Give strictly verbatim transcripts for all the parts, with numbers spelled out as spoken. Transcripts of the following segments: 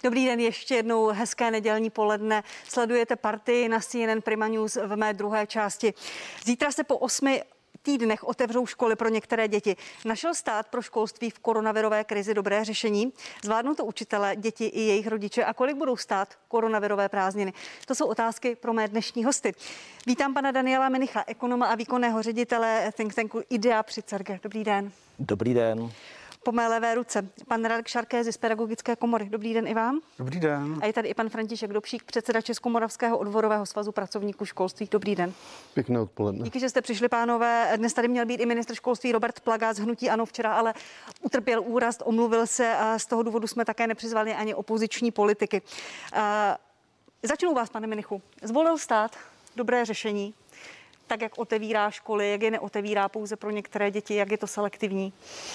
Dobrý den, ještě jednou hezké nedělní poledne. Sledujete Partii na C N N Prima News v mé druhé části. Zítra se po osmi týdnech otevřou školy pro některé děti. Našel stát pro školství v koronavirové krizi dobré řešení? Zvládnou to učitelé, děti i jejich rodiče? A kolik budou stát koronavirové prázdniny? To jsou otázky pro mé dnešní hosty. Vítám pana Daniela Minicha, ekonoma a výkonného ředitele think tanku IDEA při CERGE. Dobrý den. Dobrý den. Po mé levé ruce pan Radek Šarkézy z Pedagogické komory. Dobrý den i vám. Dobrý den. A je tady i pan František Dobšík, předseda Českomoravského odborového svazu pracovníků školství. Dobrý den. Pěkné odpoledne. Díky, že jste přišli, pánové. Dnes tady měl být i ministr školství Robert Plaga z hnutí ANO včera, ale utrpěl úraz, omluvil se a z toho důvodu jsme také nepřizvali ani opoziční politiky. Uh, začnu vás, pane Minichu. Zvolil stát dobré řešení, tak jak otevírá školy, jak je neotevírá pouze pro některé děti, jak je to selektivní?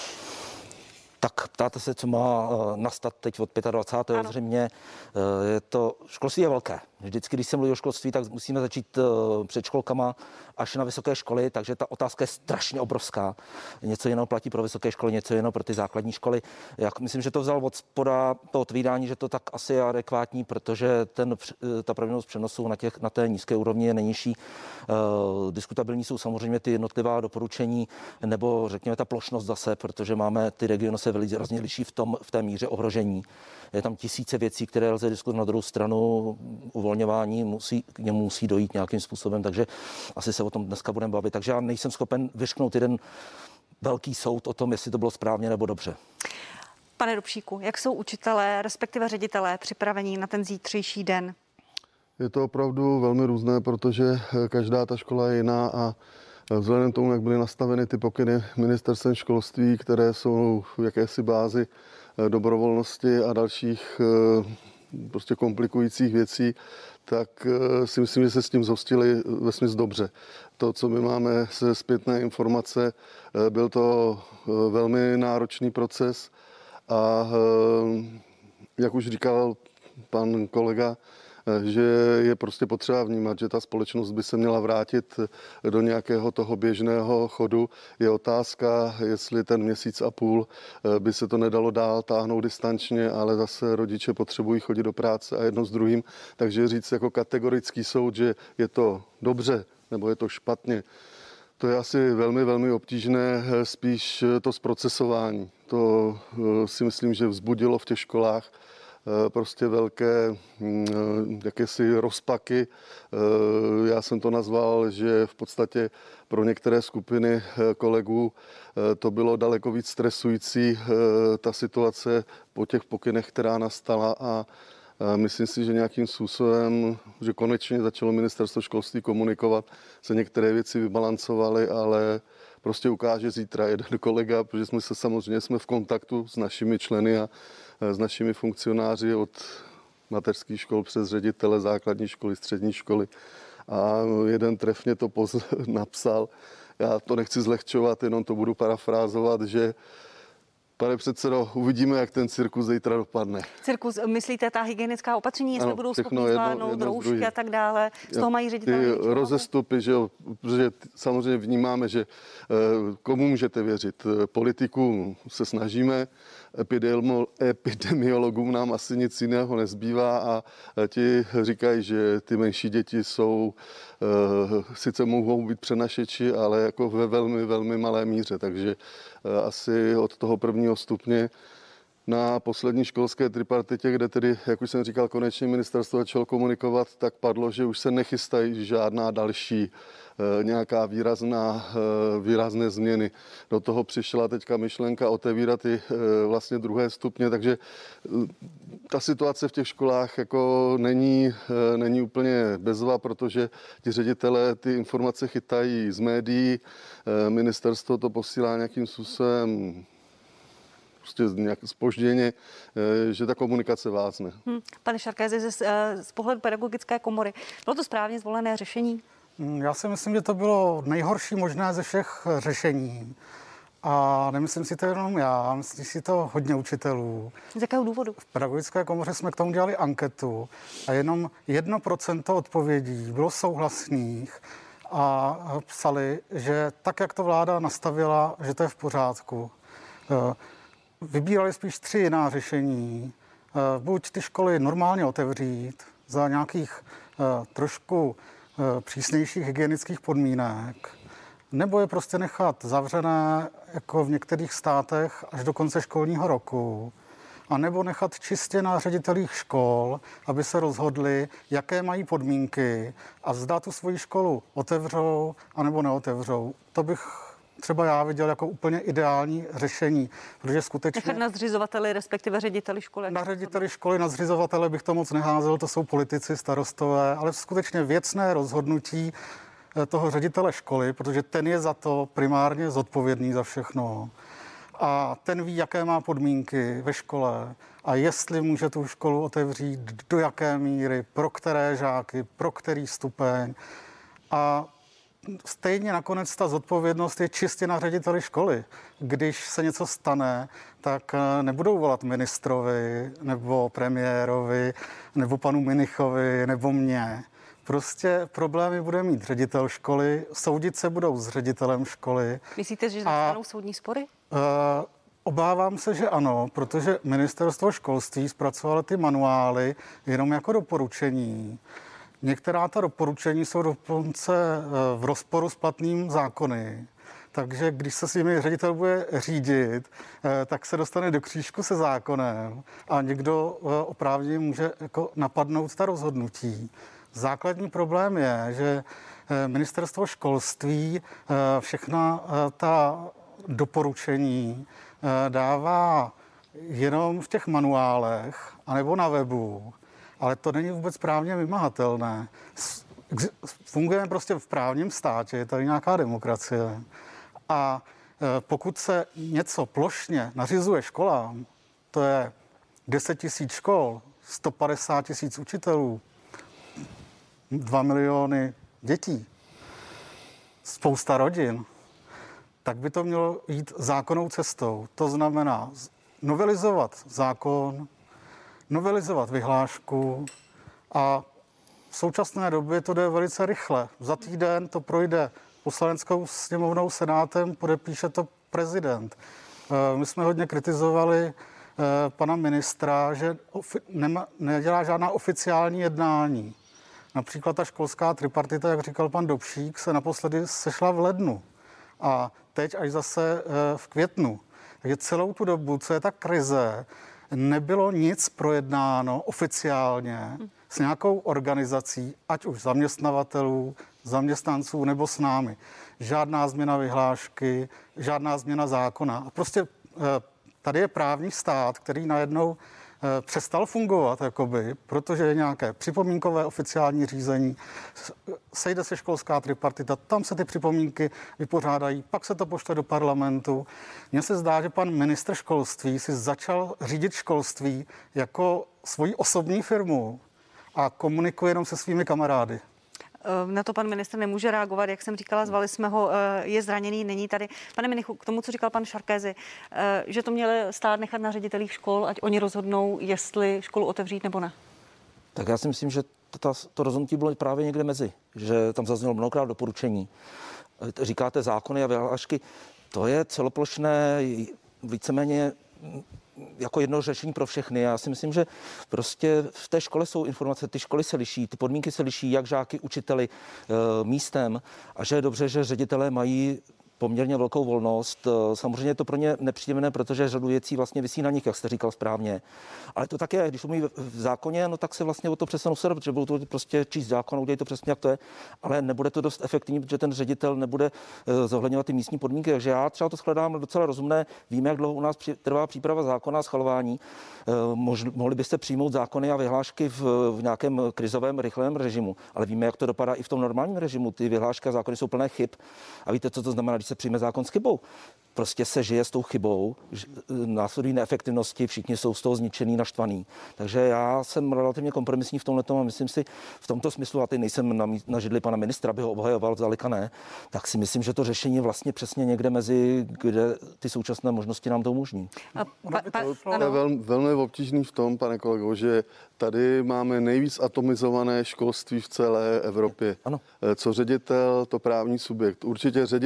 Tak ptáte se, co má nastat teď od dvacátého pátého Zřejmě. Je to, školství je velké. Vždycky, když se mluví o školství, tak musíme začít před školkama až na vysoké školy, takže ta otázka je strašně obrovská. Něco jiného platí pro vysoké školy, něco jiného pro ty základní školy. Já myslím, že to vzal od spoda to otvírání, že to tak asi je adekvátní, protože ten, ta pravděpodobnost přenosu na, těch, na té nízké úrovni je nejnižší. Uh, diskutabilní jsou samozřejmě ty jednotlivá doporučení, nebo řekněme ta plošnost zase, protože máme ty regiony se velice liší v, tom, v té míře ohrožení. Je tam tisíce věcí, které lze diskutovat. Na druhou stranu uvolňování musí, k němu musí dojít nějakým způsobem, takže asi se o tom dneska budeme bavit. Takže já nejsem schopen vyřknout jeden velký soud o tom, jestli to bylo správně nebo dobře. Pane Dobšíku, jak jsou učitelé, respektive ředitelé, připravení na ten zítřejší den? Je to opravdu velmi různé, protože každá ta škola je jiná a vzhledem k tomu, jak byly nastaveny ty pokyny ministerstvem školství, které jsou v jakési bázi dobrovolnosti a dalších prostě komplikujících věcí, tak si myslím, že se s tím zhostili vesměs dobře. To, co my máme ze zpětné informace, byl to velmi náročný proces a jak už říkal pan kolega, že je prostě potřeba vnímat, že ta společnost by se měla vrátit do nějakého toho běžného chodu. Je otázka, jestli ten měsíc a půl by se to nedalo dál táhnout distančně, ale zase rodiče potřebují chodit do práce a jedno s druhým. Takže říct jako kategorický soud, že je to dobře nebo je to špatně, to je asi velmi, velmi obtížné, spíš to zprocesování. To si myslím, že vzbudilo v těch školách prostě velké jakési rozpaky. Já jsem to nazval, že v podstatě pro některé skupiny kolegů to bylo daleko víc stresující, ta situace po těch pokynech, která nastala, a myslím si, že nějakým způsobem, že konečně začalo ministerstvo školství komunikovat, se některé věci vybalancovaly, ale prostě ukáže zítra jeden kolega, protože jsme se samozřejmě jsme v kontaktu s našimi členy a s našimi funkcionáři od mateřských škol přes ředitele základní školy, střední školy. A jeden trefně to poz- napsal. Já to nechci zlehčovat, jenom to budu parafrázovat, že pane předsedo, uvidíme, jak ten cirkus zítra dopadne. Cirkus, myslíte ta hygienická opatření, jestli ano, budou schopni zvládnout roušky a tak dále, z toho mají ředitelé? Ty rozestupy, že jo, protože samozřejmě vnímáme, že komu můžete věřit. Politikům se snažíme, epidemiologům nám asi nic jiného nezbývá a ti říkají, že ty menší děti jsou, sice mohou být přenašeči, ale jako ve velmi, velmi malé míře, takže asi od toho prvního stupně na poslední školské tripartitě, kde tedy, jak už jsem říkal, konečně ministerstvo začalo komunikovat, tak padlo, že už se nechystají žádná další nějaká výrazná, výrazné změny. Do toho přišla teďka myšlenka otevírat i vlastně druhé stupně, takže ta situace v těch školách jako není, není úplně bezva, protože ti ředitelé ty informace chytají z médií, ministerstvo to posílá nějakým způsobem prostě nějak zpožděně, že ta komunikace vázne. Hmm. Pane Šarkézy, z, z pohledu pedagogické komory, bylo to správně zvolené řešení? Já si myslím, že to bylo nejhorší možné ze všech řešení. A nemyslím si to jenom já, myslím si to hodně učitelů. Z jakého důvodu? V pedagogické komoře jsme k tomu dělali anketu a jenom jedno procento odpovědí bylo souhlasných a psali, že tak, jak to vláda nastavila, že to je v pořádku. Vybírali spíš tři jiná řešení buď ty školy normálně otevřít za nějakých trošku přísnějších hygienických podmínek, nebo je prostě nechat zavřené, jako v některých státech, až do konce školního roku, a nebo nechat čistě na ředitelích škol, aby se rozhodli, jaké mají podmínky a zda tu svoji školu otevřou, anebo neotevřou. To bych třeba já viděl jako úplně ideální řešení, protože skutečně... Nechat na zřizovateli, respektive řediteli školy. Na řediteli školy, na zřizovatele bych to moc neházel, to jsou politici, starostové, ale skutečně věcné rozhodnutí toho ředitele školy, protože ten je za to primárně zodpovědný za všechno. A ten ví, jaké má podmínky ve škole a jestli může tu školu otevřít, do jaké míry, pro které žáky, pro který stupeň. A stejně nakonec ta zodpovědnost je čistě na řediteli školy. Když se něco stane, tak nebudou volat ministrovi, nebo premiérovi, nebo panu Minichovi, nebo mě. Prostě problémy bude mít ředitel školy, soudit se budou s ředitelem školy. Myslíte, že nastanou soudní spory? Uh, obávám se, že ano, protože ministerstvo školství zpracovalo ty manuály jenom jako doporučení. Některá ta doporučení jsou dokonce v rozporu s platným zákony. Takže když se s nimi ředitel bude řídit, tak se dostane do křížku se zákonem a někdo oprávněně může jako napadnout ta rozhodnutí. Základní problém je, že ministerstvo školství všechna ta doporučení dává jenom v těch manuálech anebo na webu, ale to není vůbec právně vymahatelné. Fungujeme prostě v právním státě, je tady nějaká demokracie a pokud se něco plošně nařizuje školám, to je deset tisíc škol, sto padesát tisíc učitelů, dva miliony dětí, spousta rodin, tak by to mělo jít zákonnou cestou. To znamená novelizovat zákon, novelizovat vyhlášku a v současné době to jde velice rychle. Za týden to projde poslaneckou sněmovnou, senátem, podepíše to prezident. My jsme hodně kritizovali pana ministra, že nema, nedělá žádná oficiální jednání. Například ta školská tripartita, jak říkal pan Dobšík, se naposledy sešla v lednu a teď až zase v květnu. Takže celou tu dobu, co je ta krize, nebylo nic projednáno oficiálně s nějakou organizací, ať už zaměstnavatelů, zaměstnanců nebo s námi. Žádná změna vyhlášky, žádná změna zákona. A prostě tady je právní stát, který najednou přestal fungovat, jakoby, protože je nějaké připomínkové oficiální řízení, sejde se školská tripartita, tam se ty připomínky vypořádají, pak se to pošle do parlamentu. Mně se zdá, že pan ministr školství si začal řídit školství jako svoji osobní firmu a komunikuje jenom se svými kamarády. Na to pan ministr nemůže reagovat, jak jsem říkala, zvali jsme ho, je zraněný, není tady. Pane Minichu, k tomu, co říkal pan Šarkézy, že to měl stát nechat na ředitelích škol, ať oni rozhodnou, jestli školu otevřít nebo ne. Tak já si myslím, že to, to rozhodnutí bylo právě někde mezi, že tam zaznělo mnohokrát doporučení. Říkáte zákony a vyhlášky, to je celoplošné, víceméně jako jedno řešení pro všechny. Já si myslím, že prostě v té škole jsou informace, ty školy se liší, ty podmínky se liší, jak žáky, učiteli, místem a že je dobře, že ředitelé mají poměrně velkou volnost. Samozřejmě je to pro ně nepříjemné, protože řadu věcí vlastně visí na nich, jak jste říkal správně. Ale to také, když to mluví v zákoně, no tak se vlastně o to přestanou starat, protože budou to prostě číst zákon, udělají to přesně, jak to je, ale nebude to dost efektivní, protože ten ředitel nebude zohledňovat ty místní podmínky. Takže já třeba to shledám docela rozumné. Víme, jak dlouho u nás trvá příprava zákona a schvalování. Mohli byste přijmout zákony a vyhlášky v, v nějakém krizovém, rychlém režimu, ale víme, jak to dopadá i v tom normálním režimu. Ty vyhlášky a zákony jsou plné chyb. A víte, co to znamená, když se přijme zákon s chybou? Prostě se žije s tou chybou, následují neefektivnosti, všichni jsou z toho zničený, naštvaný. Takže já jsem relativně kompromisní v tomhletom a myslím si v tomto smyslu, a teď nejsem na, na židli pana ministra, aby ho obhajoval, zdaleka ne, tak si myslím, že to řešení je vlastně přesně někde mezi, kde ty současné možnosti nám to umožní. A pa, pa, to je velmi, velmi obtížný v tom, pane kolego, že tady máme nejvíc atomizované školství v celé Evropě. Ano. Co ředitel, to právní subjekt. Určitě ředitel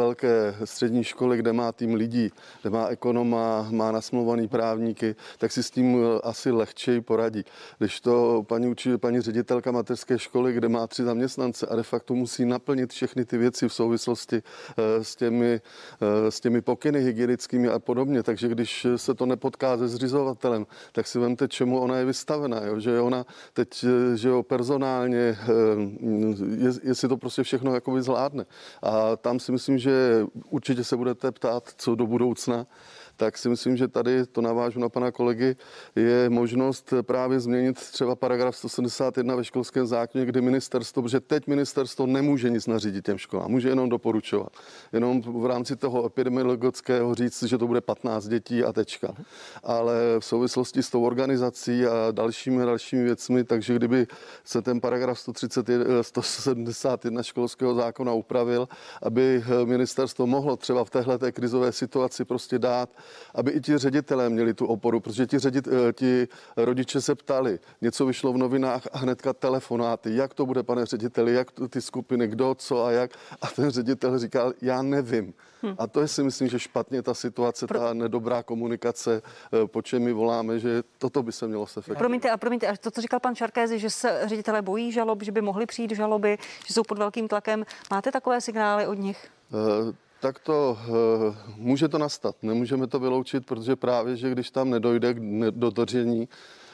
velké střední školy, kde má tým lidí, kde má ekonoma, má nasmluvaný právníky, tak si s tím asi lehčeji poradí. Když to paní, uči, paní ředitelka mateřské školy, kde má tři zaměstnance a de facto musí naplnit všechny ty věci v souvislosti s těmi, s těmi pokyny hygienickými a podobně. Takže když se to nepotká se zřizovatelem, tak si vemte, čemu ona je vystavena. Jo? Že ona teď, že jo, personálně, jestli to prostě všechno jakoby zvládne. A tam si myslím, že určitě se budete ptát, co do budoucna, tak si myslím, že tady, to navážu na pana kolegy, je možnost právě změnit třeba paragraf sto sedmdesát jedna ve školském zákoně, kde ministerstvo, protože teď ministerstvo nemůže nic nařídit těm školám, může jenom doporučovat. Jenom v rámci toho epidemiologického říct, že to bude patnáct dětí a tečka. Ale v souvislosti s tou organizací a dalšími dalšími věcmi, takže kdyby se ten paragraf sto sedmdesát jedna školského zákona upravil, aby ministerstvo mohlo třeba v téhleté krizové situaci prostě dát, aby i ti ředitelé měli tu oporu, protože ti, ředit, ti rodiče se ptali, něco vyšlo v novinách a hnedka telefonáty, jak to bude, pane řediteli, jak to, ty skupiny, kdo, co a jak. A ten ředitel říkal, já nevím. Hmm. A to je si myslím, že špatně ta situace, Pro... ta nedobrá komunikace, po čem my voláme, že toto by se mělo sefektovat. Promiňte, a promiňte, a to, co říkal pan Šarkézy, že se ředitelé bojí žalob, že by mohli přijít žaloby, že jsou pod velkým tlakem. Máte takové signály od nich? Uh... Tak to uh, může to nastat. Nemůžeme to vyloučit, protože právě, že když tam nedojde k dodržení,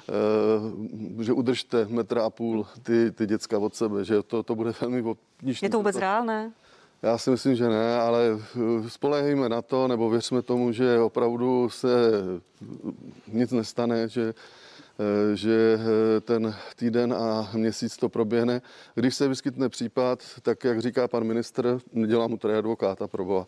uh, že udržte metr a půl ty, ty děcka od sebe, že to, to bude velmi obtížné. Je to vůbec reálné? Já si myslím, že ne, ale spolehejme na to, nebo věřme tomu, že opravdu se nic nestane, že že ten týden a měsíc to proběhne. Když se vyskytne případ, tak jak říká pan ministr, nedělá mu tady advokáta proboha,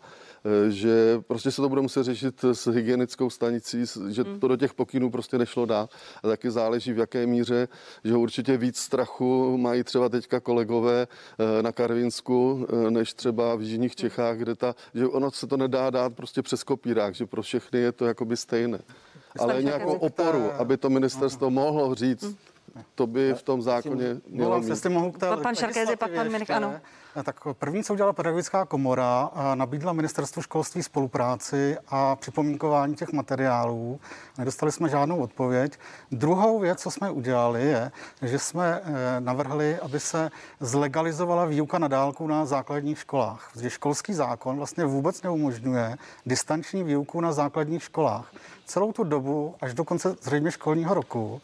že prostě se to bude muset řešit s hygienickou stanicí, že to do těch pokynů prostě nešlo dát. A taky záleží v jaké míře, že určitě víc strachu mají třeba teďka kolegové na Karvinsku, než třeba v jižních Čechách, kde ta, že ono se to nedá dát prostě přes kopírák, že pro všechny je to jakoby stejné. Ale nějakou oporu, aby to ministerstvo mohlo říct, to by v tom zákoně mělo mít. Jestli mohu k té pan Šarkézy, pak pan Minek, ano. Tak první, co udělala pedagogická komora, nabídla ministerstvu školství spolupráci a připomínkování těch materiálů. Nedostali jsme žádnou odpověď. Druhou věc, co jsme udělali, je, že jsme navrhli, aby se zlegalizovala výuka na dálku na základních školách. Protože školský zákon vlastně vůbec neumožňuje distanční výuku na základních školách. Celou tu dobu, až do konce zřejmě školního roku,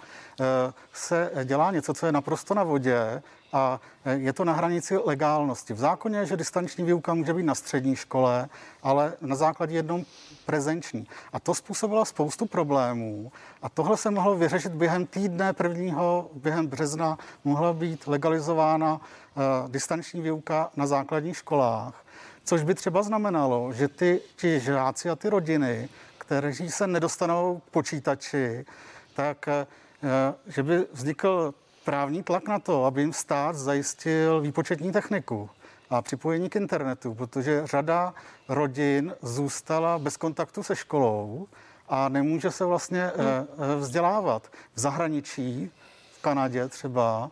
se dělá něco, co je naprosto na vodě, a je to na hranici legálnosti. V zákoně je, že distanční výuka může být na střední škole, ale na základě jednou prezenční. A to způsobilo spoustu problémů. A tohle se mohlo vyřešit během týdne prvního, během března mohla být legalizována uh, distanční výuka na základních školách. Což by třeba znamenalo, že ty, ti žáci a ty rodiny, kteří se nedostanou k počítači, tak uh, že by vznikl právní tlak na to, aby jim stát zajistil výpočetní techniku a připojení k internetu, protože řada rodin zůstala bez kontaktu se školou a nemůže se vlastně hmm. vzdělávat. V zahraničí, v Kanadě třeba,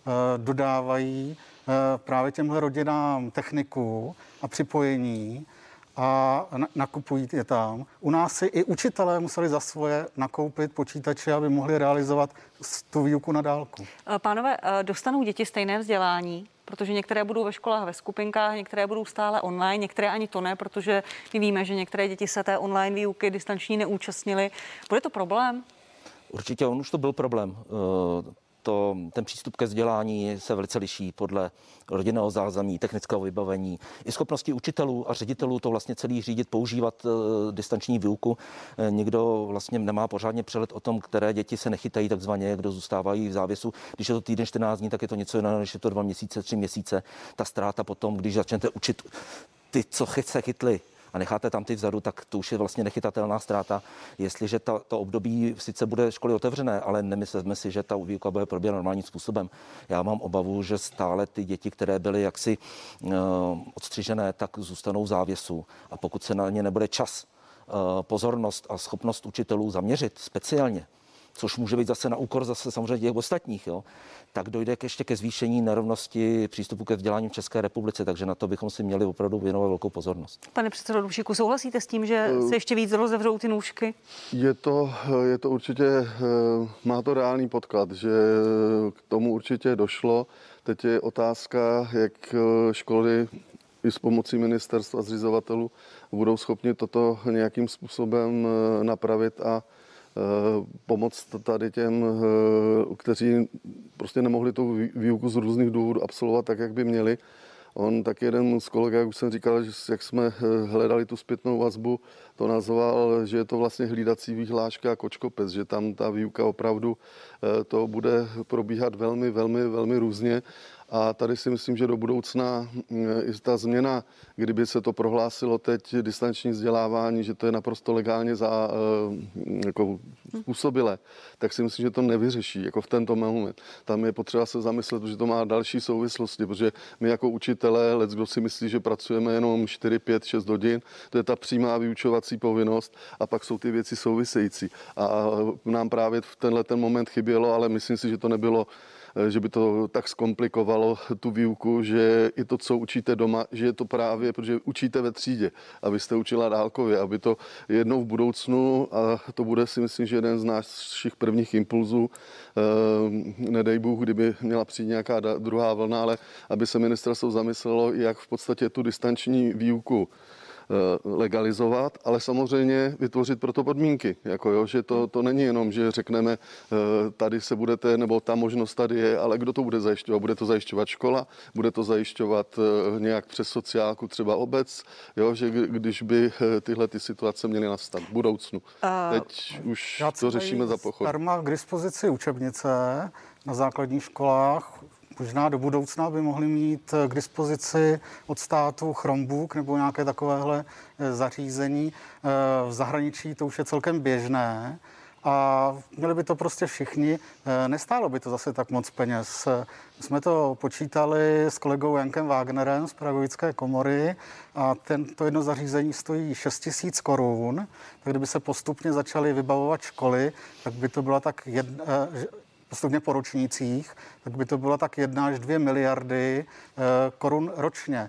dodávají právě těmhle rodinám techniku a připojení a nakupují je tam. U nás si i učitelé museli za svoje nakoupit počítače, aby mohli realizovat tu výuku na dálku. Pánové, dostanou děti stejné vzdělání? Protože některé budou ve školách ve skupinkách, některé budou stále online, některé ani to ne, protože my víme, že některé děti se té online výuky distanční neúčastnily. Bude to problém? Určitě, on už to byl problém. To, ten přístup ke vzdělání se velice liší podle rodinného zázemí, technického vybavení, i schopnosti učitelů a ředitelů to vlastně celý řídit, používat uh, distanční výuku. E, nikdo vlastně nemá pořádně přehled o tom, které děti se nechytají takzvaně, kdo zůstávají v závěsu. Když je to týden čtrnáct dní, tak je to něco jiného, než je to dva měsíce, tři měsíce. Ta ztráta potom, když začnete učit ty, co se chytli, a necháte tam ty vzadu, tak to už je vlastně nechytatelná ztráta. Jestliže ta, to období sice bude školy otevřené, ale nemyslíme si, že ta výuka bude probíhat normálním způsobem. Já mám obavu, že stále ty děti, které byly jaksi uh, odstřižené, tak zůstanou v závěsu. A pokud se na ně nebude čas, uh, pozornost a schopnost učitelů zaměřit speciálně, což může být zase na úkor zase samozřejmě těch ostatních, jo, tak dojde ještě ke zvýšení nerovnosti přístupu ke vzdělání v České republice, takže na to bychom si měli opravdu věnovat velkou pozornost. Pane předsedo Dubšíku, souhlasíte s tím, že se ještě víc rozevřou ty nůžky? Je to, je to určitě, má to reálný podklad, že k tomu určitě došlo. Teď je otázka, jak školy i s pomocí ministerstva zřizovatelů budou schopni toto nějakým způsobem napravit a pomoct tady těm, kteří prostě nemohli tu výuku z různých důvodů absolvovat tak, jak by měli. On tak jeden z kolegů, jak už jsem říkal, že jak jsme hledali tu zpětnou vazbu, to nazval, že je to vlastně hlídací výhláška a kočkopes, že tam ta výuka opravdu to bude probíhat velmi, velmi, velmi různě. A tady si myslím, že do budoucna i ta změna, kdyby se to prohlásilo teď distanční vzdělávání, že to je naprosto legálně za, jako způsobilé, tak si myslím, že to nevyřeší jako v tento moment. Tam je potřeba se zamyslet, že to má další souvislosti, protože my jako učitelé, leckdo si myslí, že pracujeme jenom čtyři, pět, šest hodin, to je ta přímá vyučovací povinnost a pak jsou ty věci související. A nám právě v tenhle ten moment chybělo, ale myslím si, že to nebylo, že by to tak zkomplikovalo tu výuku, že i to, co učíte doma, že je to právě, protože učíte ve třídě, abyste učila dálkově, aby to jednou v budoucnu, a to bude si myslím, že jeden z našich prvních impulzů, nedej Bůh, kdyby měla přijít nějaká druhá vlna, ale aby se ministerstvo zamyslelo, jak v podstatě tu distanční výuku legalizovat, ale samozřejmě vytvořit pro to podmínky. Jako jo, že to, to není jenom, že řekneme, tady se budete, nebo ta možnost tady je, ale kdo to bude zajišťovat? Bude to zajišťovat škola, bude to zajišťovat nějak přes sociálku, třeba obec, jo, že když by tyhle ty situace měly nastat v budoucnu. Teď už to řešíme za pochod. Zdarma k dispozici učebnice na základních školách. Možná do budoucna by mohli mít k dispozici od státu Chromebook nebo nějaké takovéhle zařízení. V zahraničí to už je celkem běžné a měli by to prostě všichni. Nestálo by to zase tak moc peněz. Jsme to počítali s kolegou Jankem Wagnerem z Pedagogické komory a tento jedno zařízení stojí šest tisíc korun. Tak kdyby se postupně začaly vybavovat školy, tak by to byla tak jedna, postupně po ročnících, tak by to bylo tak jedna až dvě miliardy eh, korun ročně.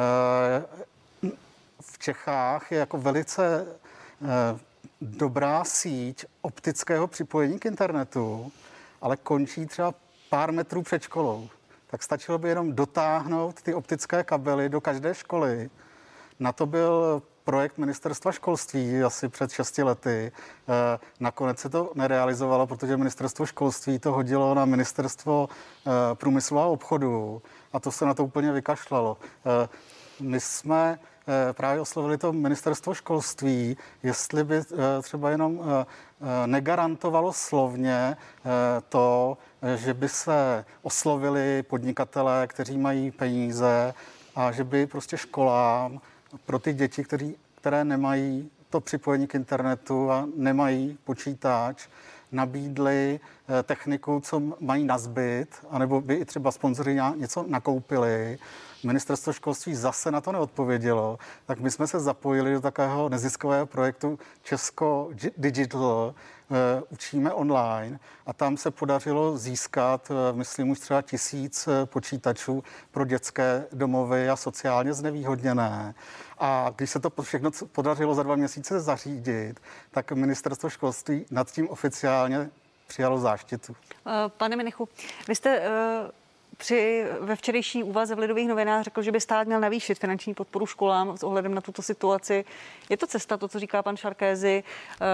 Eh, v Čechách je jako velice eh, dobrá síť optického připojení k internetu, ale končí třeba pár metrů před školou. Tak stačilo by jenom dotáhnout ty optické kabely do každé školy. Na to byl projekt ministerstva školství asi před šesti lety. Nakonec se to nerealizovalo, protože ministerstvo školství to hodilo na ministerstvo průmyslu a obchodu a to se na to úplně vykašlalo. My jsme právě oslovili to ministerstvo školství, jestli by třeba jenom negarantovalo slovně to, že by se oslovili podnikatelé, kteří mají peníze a že by prostě školám pro ty děti, kteří, které nemají to připojení k internetu a nemají počítač, nabídli techniku, co mají nazbyt, anebo by i třeba sponzoři něco nakoupili. Ministerstvo školství zase na to neodpovědělo, tak my jsme se zapojili do takového neziskového projektu Česko Digital, učíme online a tam se podařilo získat, myslím, už třeba tisíc počítačů pro dětské domovy a sociálně znevýhodněné. A když se to všechno podařilo za dva měsíce zařídit, tak ministerstvo školství nad tím oficiálně přijalo záštitu. Pane Minichu, vy jste při ve včerejší úvaze v Lidových novinách řekl, že by stát měl navýšit finanční podporu školám s ohledem na tuto situaci. Je to cesta, to, co říká pan Šarkézy,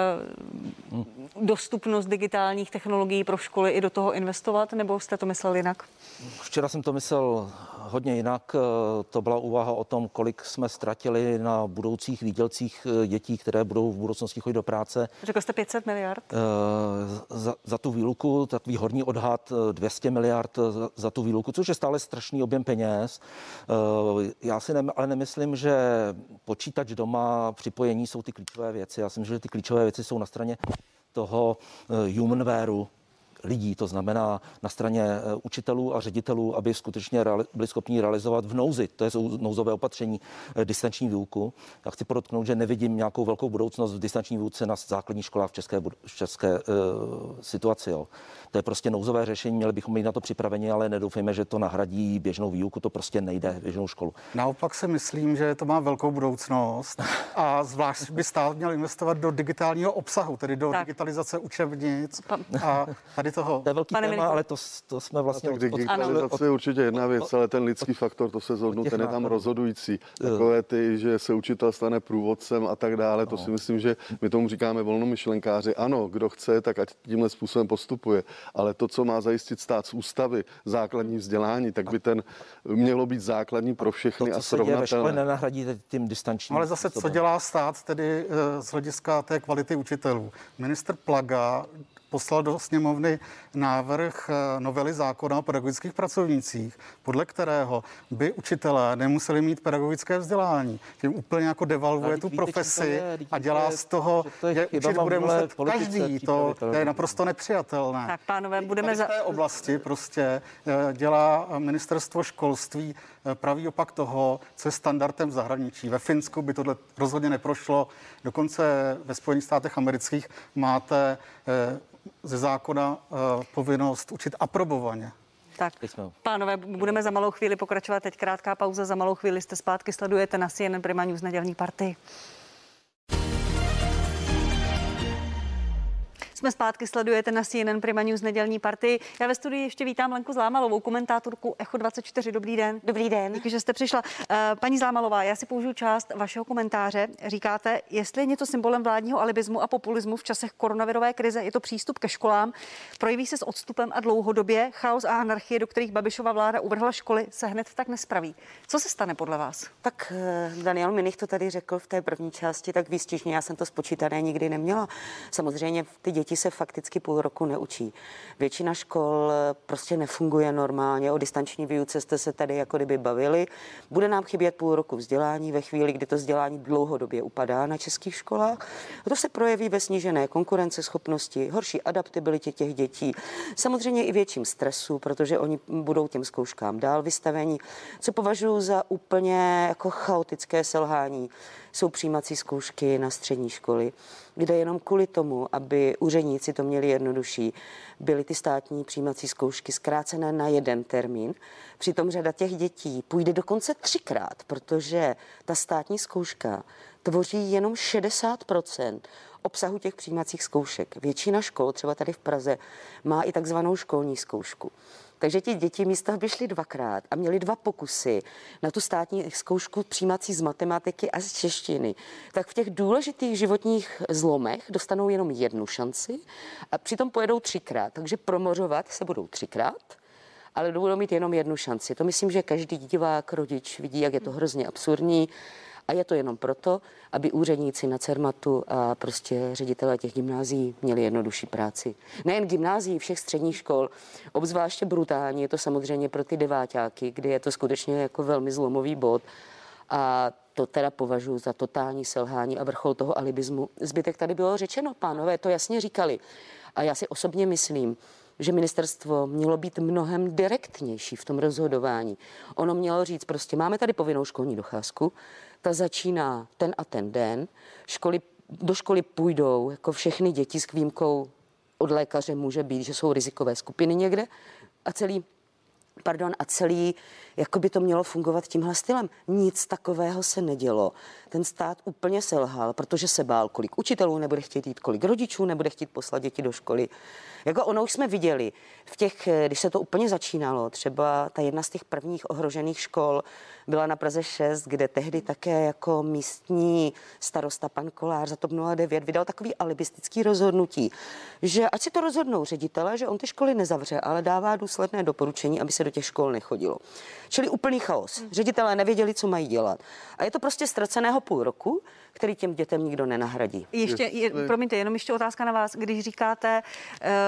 dostupnost digitálních technologií pro školy i do toho investovat, nebo jste to myslel jinak? Včera jsem to myslel hodně jinak. To byla úvaha o tom, kolik jsme ztratili na budoucích výdělcích dětí, které budou v budoucnosti chodit do práce. Řekl jste pět set miliard? Za, za tu výluku, takový horní odhad dvě stě miliard za, za tu výluku, což je stále strašný objem peněz. Já si ne, ale nemyslím, že počítač doma, připojení jsou ty klíčové věci. Já si myslím, že ty klíčové věci jsou na straně toho humanwareu, lidí, to znamená na straně učitelů a ředitelů, aby skutečně byli schopni realizovat v nouzi, to je nouzové opatření, distanční výuku. Já chci podotknout, že nevidím nějakou velkou budoucnost v distanční výuce na základních školách v české, v české uh, situaci. Jo. To je prostě nouzové řešení, měli bychom být na to připraveni, ale nedoufejme, že to nahradí běžnou výuku, to prostě nejde, běžnou školu. Naopak si myslím, že to má velkou budoucnost a zvlášť by stát měl investovat do digitálního obsahu, tedy do tak. digitalizace učebnic a tady toho. To je velký Pane téma, Miliku. ale to, to jsme vlastně... Tak digitalizace je určitě jedna věc, ale ten lidský faktor, to se zhodnu, ten je tam rozhodující. Takové ty, že se učitel stane průvodcem a tak dále, to si myslím, že my tomu říkáme volnomyšlenkáři. Ano, kdo chce, tak ať tímhle způsobem postupuje, ale to, co má zajistit stát z ústavy, základní vzdělání, tak by ten mělo být základní pro všechny to, a srovnatelné. Nenahradí tím distančním. Ale zase, co dělá stát tedy z hlediska té kvality učitelů? Ministr Plaga poslal do sněmovny návrh novely zákona o pedagogických pracovnících, podle kterého by učitelé nemuseli mít pedagogické vzdělání. Tím úplně jako devalvuje tu profesi a dělá z toho, že učit bude muset každý. To je naprosto nepřijatelné. Tak, pánové, budeme za... V té oblasti prostě dělá ministerstvo školství pravý opak toho, co je standardem v zahraničí. Ve Finsku by tohle rozhodně neprošlo. Dokonce ve Spojených státech amerických máte ze zákona uh, povinnost učit aprobovaně. Tak, pánové, budeme za malou chvíli pokračovat. Teď krátká pauza, za malou chvíli jste zpátky, sledujete na C N N Prima News nedělní Partii. Jsme zpátky, sledujete na C N N Prima News nedělní Partii. Já ve studii ještě vítám Lenku Zlámalovou, komentátorku Echo dvacet čtyři. Dobrý den. Dobrý den. Díky, že jste přišla. Paní Zlámalová, já si použiju část vašeho komentáře. Říkáte, jestli je něco symbolem vládního alibismu a populismu v časech koronavirové krize, je to přístup ke školám. Projeví se s odstupem a dlouhodobě. Chaos a anarchie, do kterých Babišova vláda uvrhla školy, se hned tak nespraví. Co se stane podle vás? Tak Daniel Minich to tady řekl v té první části, tak výstižně, já jsem to spočítané nikdy neměla. Samozřejmě ty děti se fakticky půl roku neučí. Většina škol prostě nefunguje normálně. O distanční výuce jste se tady jako kdyby bavili. Bude nám chybět půl roku vzdělání ve chvíli, kdy to vzdělání dlouhodobě upadá na českých školách. A to se projeví ve snížené konkurenceschopnosti, horší adaptabilitě těch dětí, samozřejmě i větším stresu, protože oni budou těm zkouškám dál vystavení. Co považuji za úplně jako chaotické selhání, jsou přijímací zkoušky na střední školy, kde jenom kvůli tomu, aby úředníci to měli jednodušší, byly ty státní přijímací zkoušky zkrácené na jeden termín. Přitom řada těch dětí půjde dokonce třikrát, protože ta státní zkouška tvoří jenom šedesát procent obsahu těch přijímacích zkoušek. Většina škol, třeba tady v Praze, má i takzvanou školní zkoušku. Takže ti děti místo, aby šli dvakrát a měli dva pokusy na tu státní zkoušku přijímací z matematiky a z češtiny, tak v těch důležitých životních zlomech dostanou jenom jednu šanci a přitom pojedou třikrát. Takže promořovat se budou třikrát, ale budou mít jenom jednu šanci. To myslím, že každý divák, rodič vidí, jak je to hrozně absurdní. A je to jenom proto, aby úředníci na Cermatu a prostě ředitelé těch gymnázií měli jednodušší práci. Nejen gymnázií, všech středních škol, obzvláště brutální, je to samozřejmě pro ty deváťáky, kdy je to skutečně jako velmi zlomový bod. A to teda považuji za totální selhání a vrchol toho alibismu. Zbytek tady bylo řečeno, pánové to jasně říkali. A já si osobně myslím, že ministerstvo mělo být mnohem direktnější v tom rozhodování. Ono mělo říct, prostě máme tady povinnou školní docházku, ta začíná ten a ten den, školy, do školy půjdou jako všechny děti s výjimkou od lékaře může být, že jsou rizikové skupiny někde a celý, pardon, a celý, jako by to mělo fungovat tímhle stylem. Nic takového se nedělo. Ten stát úplně selhal, protože se bál, kolik učitelů nebude chtít jít, kolik rodičů nebude chtít poslat děti do školy. Jako ono už jsme viděli, v těch, když se to úplně začínalo, třeba ta jedna z těch prvních ohrožených škol byla na Praze šest, kde tehdy také jako místní starosta pan Kolář za TOP nula devět vydal takový alibistický rozhodnutí, že ať si to rozhodnou ředitele, že on ty školy nezavře, ale dává důsledné doporučení, aby se do těch škol nechodilo. Čili úplný chaos. Ředitelé nevěděli, co mají dělat. A je to prostě ztraceného půl roku, který těm dětem nikdo nenahradí. Ještě, je, promiňte, jenom ještě otázka na vás. Když říkáte,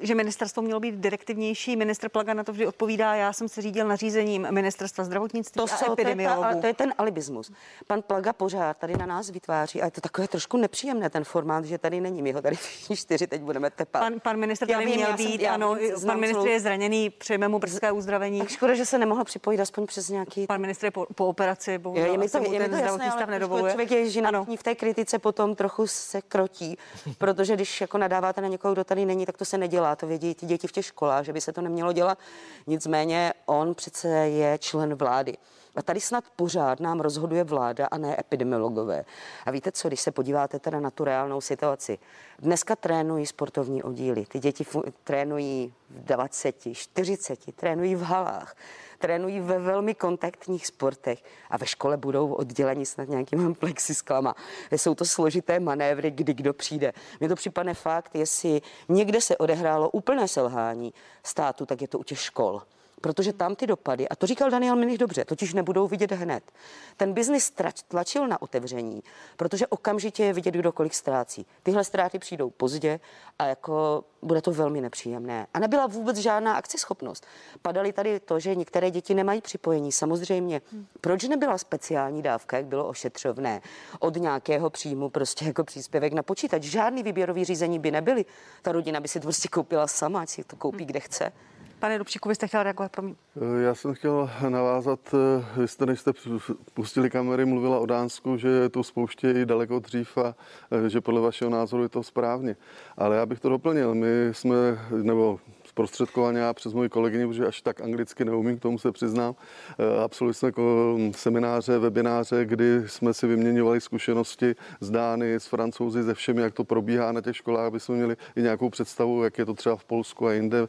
že ministerstvo mělo být direktivnější. Ministr Plaga na to vždy odpovídá, já jsem se řídil nařízením ministerstva zdravotnictví to a jsou, epidemiologů. To je, ta, to je ten alibismus. Pan Plaga pořád tady na nás vytváří a je to takové trošku nepříjemné ten formát, že tady není. My ho tady všichni čtyři teď budeme tepat. Pan, pan ministr tady vím, měl být, jsem, ano, vím, pan ministr je zraněný, přejeme mu brzké uzdravení. Tak škoda, že se nemohl připojit aspoň přes nějaký... Pan ministr je po, po operaci, bohužel, je, je mi to, je mi to zdravotní stav nedovoluje. Člověk je žinatní v té kritice potom trochu se krotí, protože když jako nadáváte na někoho, kdo tady není, tak to se nedělá. To vědí ty děti v těch školách, že by se to nemělo dělat. Nicméně on přece je člen vlády. A tady snad pořád nám rozhoduje vláda a ne epidemiologové. A víte co, když se podíváte teda na tu reálnou situaci. Dneska trénují sportovní oddíly. Ty děti fu- trénují v dvaceti, čtyřiceti, trénují v halách, trénují ve velmi kontaktních sportech a ve škole budou odděleni snad nějakýma plexisklama. Jsou to složité manévry, kdy kdo přijde. Mně to připadne fakt, jestli někde se odehrálo úplné selhání státu, tak je to u těch škol. Protože tam ty dopady, a to říkal Daniel Mülich dobře, totiž nebudou vidět hned. Ten biznis tlačil na otevření, protože okamžitě je vidět, kdo kolik ztrácí. Tyhle ztráty přijdou pozdě a jako bude to velmi nepříjemné. A nebyla vůbec žádná akceschopnost. Padaly tady to, že některé děti nemají připojení. Samozřejmě, proč nebyla speciální dávka, jak bylo ošetřovné, od nějakého příjmu prostě jako příspěvek na počítač. Žádný výběrový řízení by nebyly. Ta rodina by si to prostě koupila sama, ať si to koupí, kde chce. Pane Dobšíku, vy jste chtěl reagovat, promiň. Já jsem chtěl navázat, vy jste, než jste pustili kamery, mluvila o Dánsku, že to spouštějí daleko dřív a že podle vašeho názoru je to správně. Ale já bych to doplnil. My jsme, nebo zprostředkovaně já přes moji kolegyni, protože až tak anglicky neumím, k tomu se přiznám, absolvovali jsme semináře, webináře, kdy jsme si vyměňovali zkušenosti z Dány, z Francouzi, ze všemi, jak to probíhá na těch školách, aby jsme měli i nějakou představu, jak je to třeba v Polsku a jinde.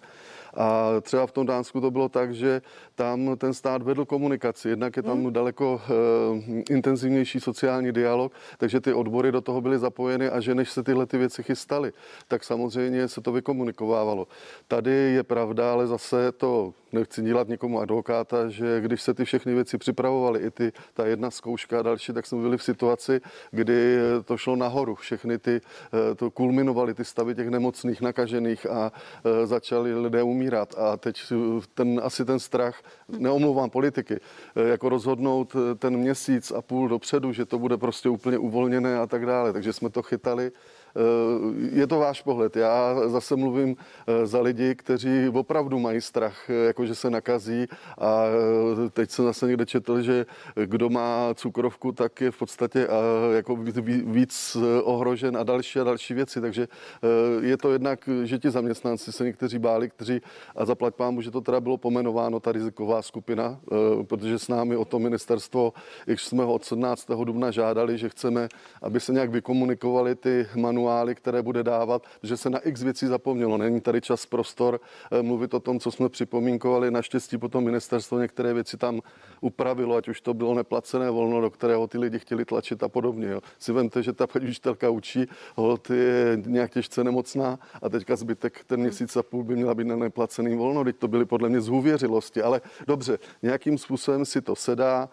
A třeba v tom Dánsku to bylo tak, že tam ten stát vedl komunikaci. Jednak je tam hmm. daleko uh, intenzivnější sociální dialog, takže ty odbory do toho byly zapojeny a že než se tyhle ty věci chystaly, tak samozřejmě se to vykomunikovávalo. Tady je pravda, ale zase to nechci dělat někomu advokáta, že když se ty všechny věci připravovaly, i ty, ta jedna zkouška a další, tak jsme byli v situaci, kdy to šlo nahoru. Všechny ty, to kulminovaly ty stavy těch nemocných, nakažených a začali lidé umírat. A teď ten, asi ten strach, neomlouvám politiky, jako rozhodnout ten měsíc a půl dopředu, že to bude prostě úplně uvolněné a tak dále. Takže jsme to chytali. Je to váš pohled. Já zase mluvím za lidi, kteří opravdu mají strach, jakože se nakazí a teď jsem zase někde četl, že kdo má cukrovku, tak je v podstatě jako víc ohrožen a další a další věci. Takže je to jednak, že ti zaměstnanci se někteří báli, kteří a zaplať pámu, že to teda bylo pomenováno, ta riziková skupina, protože s námi o to ministerstvo, když jsme ho od sedmnáctého dubna žádali, že chceme, aby se nějak vykomunikovali ty manuály, které bude dávat, že se na x věcí zapomnělo. Není tady čas, prostor mluvit o tom, co jsme připomínkovali. Naštěstí potom ministerstvo některé věci tam upravilo, ať už to bylo neplacené volno, do kterého ty lidi chtěli tlačit a podobně. Jo. Si vemte, že ta paní učitelka učí, holt je nějak těžce nemocná a teďka zbytek ten měsíc a půl by měla být na neplacený volno. Teď to byly podle mě z hůvěřilosti, ale dobře, nějakým způsobem si to sedá.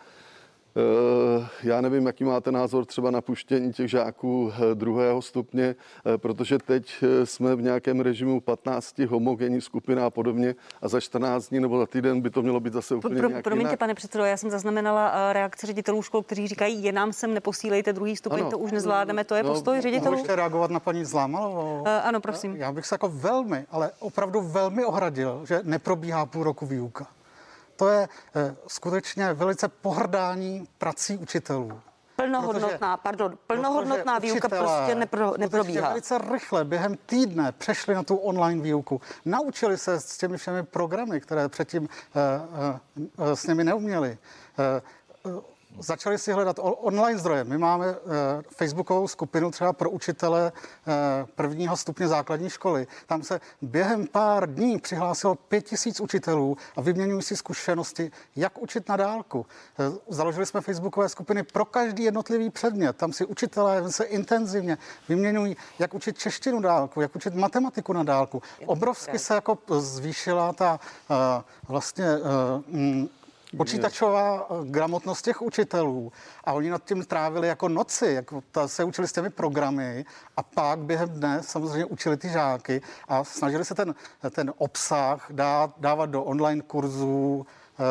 Já nevím, jaký máte názor třeba na puštění těch žáků druhého stupně, protože teď jsme v nějakém režimu patnácti homogenní skupina a podobně a za čtrnáct dní nebo za týden by to mělo být zase úplně Pro, nějak Promiňte, jinak. pane předsedo, já jsem zaznamenala reakci ředitelů škol, kteří říkají, je nám sem neposílejte druhý stupeň, ano, to už nezvládneme, to je no, postoj ředitelů. Můžete reagovat na paní Zlámalovou? Uh, ano, prosím. Já bych se jako velmi, ale opravdu velmi ohradil, že neprobíhá půl roku výuka. To je eh, skutečně velice pohrdání prací učitelů. Plnohodnotná, protože, pardon, plnohodnotná výuka prostě nepro, neprobíhá. Velice rychle, během týdne přešli na tu online výuku. Naučili se s těmi všemi programy, které předtím eh, eh, s nimi neuměli. Eh, eh, Začali si hledat online zdroje. My máme e, facebookovou skupinu třeba pro učitele e, prvního stupně základní školy. Tam se během pár dní přihlásilo pět tisíc učitelů a vyměňují si zkušenosti, jak učit na dálku. E, založili jsme facebookové skupiny pro každý jednotlivý předmět. Tam si učitelé se intenzivně vyměňují, jak učit češtinu dálku, jak učit matematiku na dálku. Obrovsky se jako zvýšila ta e, vlastně... E, m, počítačová gramotnost těch učitelů a oni nad tím trávili jako noci, jako ta, se učili s těmi programy a pak během dne samozřejmě učili ty žáky a snažili se ten, ten obsah dát, dávat do online kurzů,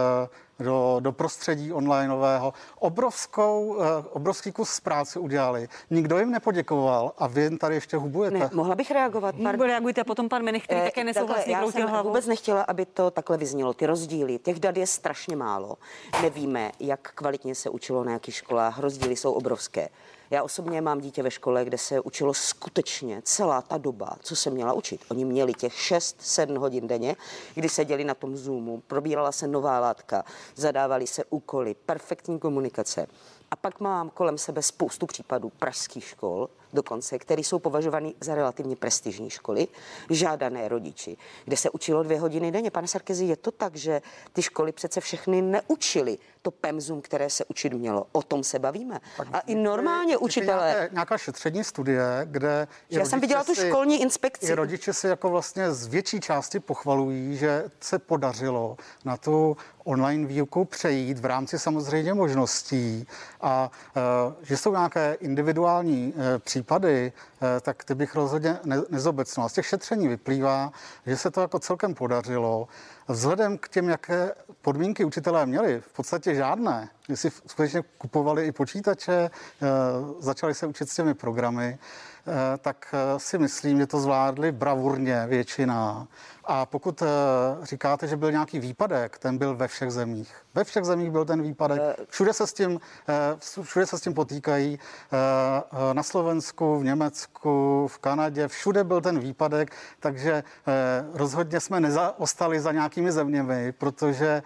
do, do prostředí onlineového. Obrovskou, obrovský kus práce udělali. Nikdo jim nepoděkoval a vy jen tady ještě hubujete. Ne, mohla bych reagovat? Pár... Reagujte, potom pan Menich, který eh, také nesouhlasně kroutil hlavou. Já jsem vůbec nechtěla, aby to takhle vyznělo. Ty rozdíly, těch dat je strašně málo. Nevíme, jak kvalitně se učilo na jakých školách. Rozdíly jsou obrovské. Já osobně mám dítě ve škole, kde se učilo skutečně celá ta doba, co se měla učit. Oni měli těch šest sedm hodin denně, kdy seděli na tom Zoomu, probírala se nová látka, zadávali se úkoly, perfektní komunikace. A pak mám kolem sebe spoustu případů pražských škol, dokonce, které jsou považovány za relativně prestižní školy, žádané rodiči, kde se učilo dvě hodiny denně. Pane Sarkezi, je to tak, že ty školy přece všechny neučily to pemzum, které se učit mělo. O tom se bavíme. Tak a i normálně učitelé... Nějaká, nějaká šetření studie, kde... Já jsem viděla tu školní inspekci. I rodiče si jako vlastně z větší části pochvalují, že se podařilo na tu online výuku přejít v rámci samozřejmě možností a uh, že jsou nějaké individuální uh, případy, uh, tak ty bych rozhodně ne- nezobecnoval. Z těch šetření vyplývá, že se to jako celkem podařilo. Vzhledem k těm, jaké podmínky učitelé měli, v podstatě žádné, že si skutečně kupovali i počítače, uh, začali se učit s těmi programy, uh, tak uh, si myslím, že to zvládli bravurně většina. A pokud uh, říkáte, že byl nějaký výpadek, ten byl ve všech zemích. Ve všech zemích byl ten výpadek. Všude se s tím, uh, všude se s tím potýkají. Uh, uh, na Slovensku, v Německu, v Kanadě, všude byl ten výpadek, takže uh, rozhodně jsme nezaostali za nějakými zeměmi, protože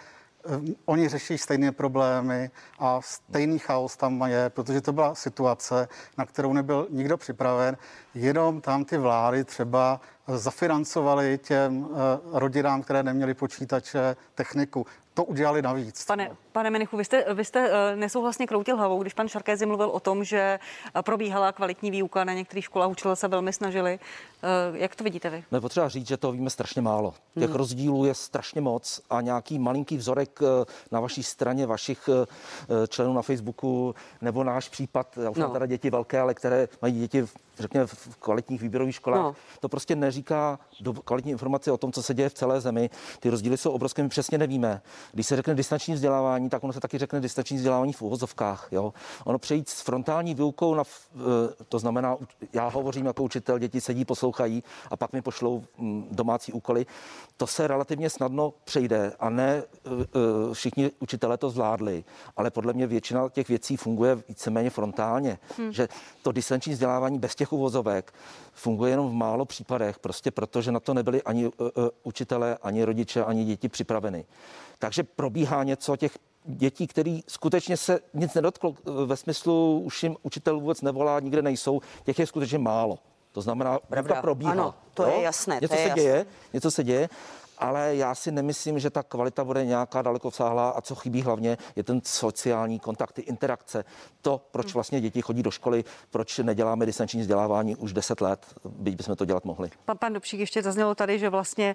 oni řeší stejné problémy a stejný chaos tam je, protože to byla situace, na kterou nebyl nikdo připraven, jenom tam ty vlády třeba zafinancovali těm rodinám, které neměly počítače, techniku. To udělali navíc. Pane, pane Menichu, vy jste, vy jste nesouhlasně kroutil hlavou, když pan Sarkozy mluvil o tom, že probíhala kvalitní výuka na některých školách, učitelé se velmi snažili. Jak to vidíte vy? No je potřeba říct, že to víme strašně málo. Těch hmm. rozdílů je strašně moc a nějaký malinký vzorek na vaší straně, vašich členů na Facebooku, nebo náš případ, já už no. mám teda děti velké, ale které mají děti v, řekněme, v kvalitních výběrových školách, no. to prostě neříká do kvalitní informace o tom, co se děje v celé zemi. Ty rozdíly jsou obrovské, my přesně nevíme. Když se řekne distanční vzdělávání, tak ono se taky řekne distanční vzdělávání v uvozovkách. Jo? Ono přejít s frontální výukou, na, to znamená, já hovořím jako učitel, děti sedí, poslouchají a pak mi pošlou domácí úkoly, to se relativně snadno přejde a ne všichni učitelé to zvládli, ale podle mě většina těch věcí funguje víceméně frontálně, hmm. že to distanční vzdělávání bez těch uvozovek funguje jenom v málo případech, prostě protože na to nebyli ani uh, uh, učitelé, ani rodiče, ani děti připraveny. Takže probíhá něco těch dětí, který skutečně se nic nedotklo ve smyslu, už jim učitel vůbec nevolá, nikde nejsou, těch je skutečně málo. To znamená, že to probíhá. Ano, to jo? je jasné. Něco to je se jasné. děje, něco se děje, ale já si nemyslím, že ta kvalita bude nějaká dalekosáhlá a co chybí hlavně je ten sociální kontakt, ty interakce. To, proč vlastně děti chodí do školy, proč neděláme distanční vzdělávání už deset let, byť bychom to dělat mohli. Pan, pan Dobšík, ještě zaznělo tady, že vlastně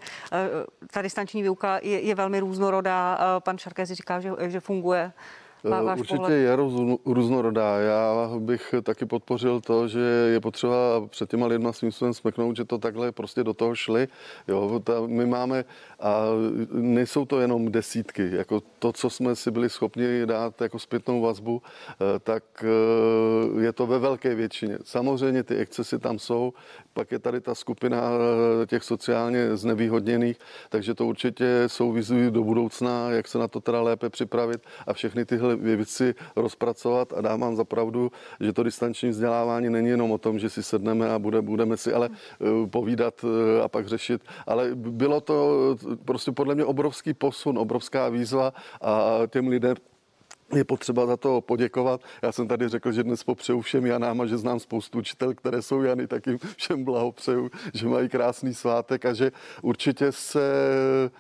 ta distanční výuka je, je velmi různorodá. Pan Sarkozy říká, že, že funguje. Určitě pohled? je roz, různorodá. Já bych taky podpořil to, že je potřeba před těma lidma svým způsobem smeknout, že to takhle prostě do toho šli. Jo, ta, my máme, a nejsou to jenom desítky, jako to, co jsme si byli schopni dát jako zpětnou vazbu, tak je to ve velké většině. Samozřejmě ty excesy tam jsou, pak je tady ta skupina těch sociálně znevýhodněných, takže to určitě jsou výzvy do budoucna, jak se na to teda lépe připravit a všechny tyhle věci rozpracovat a dám vám za pravdu, že to distanční vzdělávání není jenom o tom, že si sedneme a bude, budeme si ale povídat a pak řešit, ale bylo to prostě podle mě obrovský posun, obrovská výzva a těm lidem je potřeba za to poděkovat. Já jsem tady řekl, že dnes popřeju všem Janám a že znám spoustu učitel, které jsou Jany, tak jim všem blahopřeju, že mají krásný svátek a že určitě se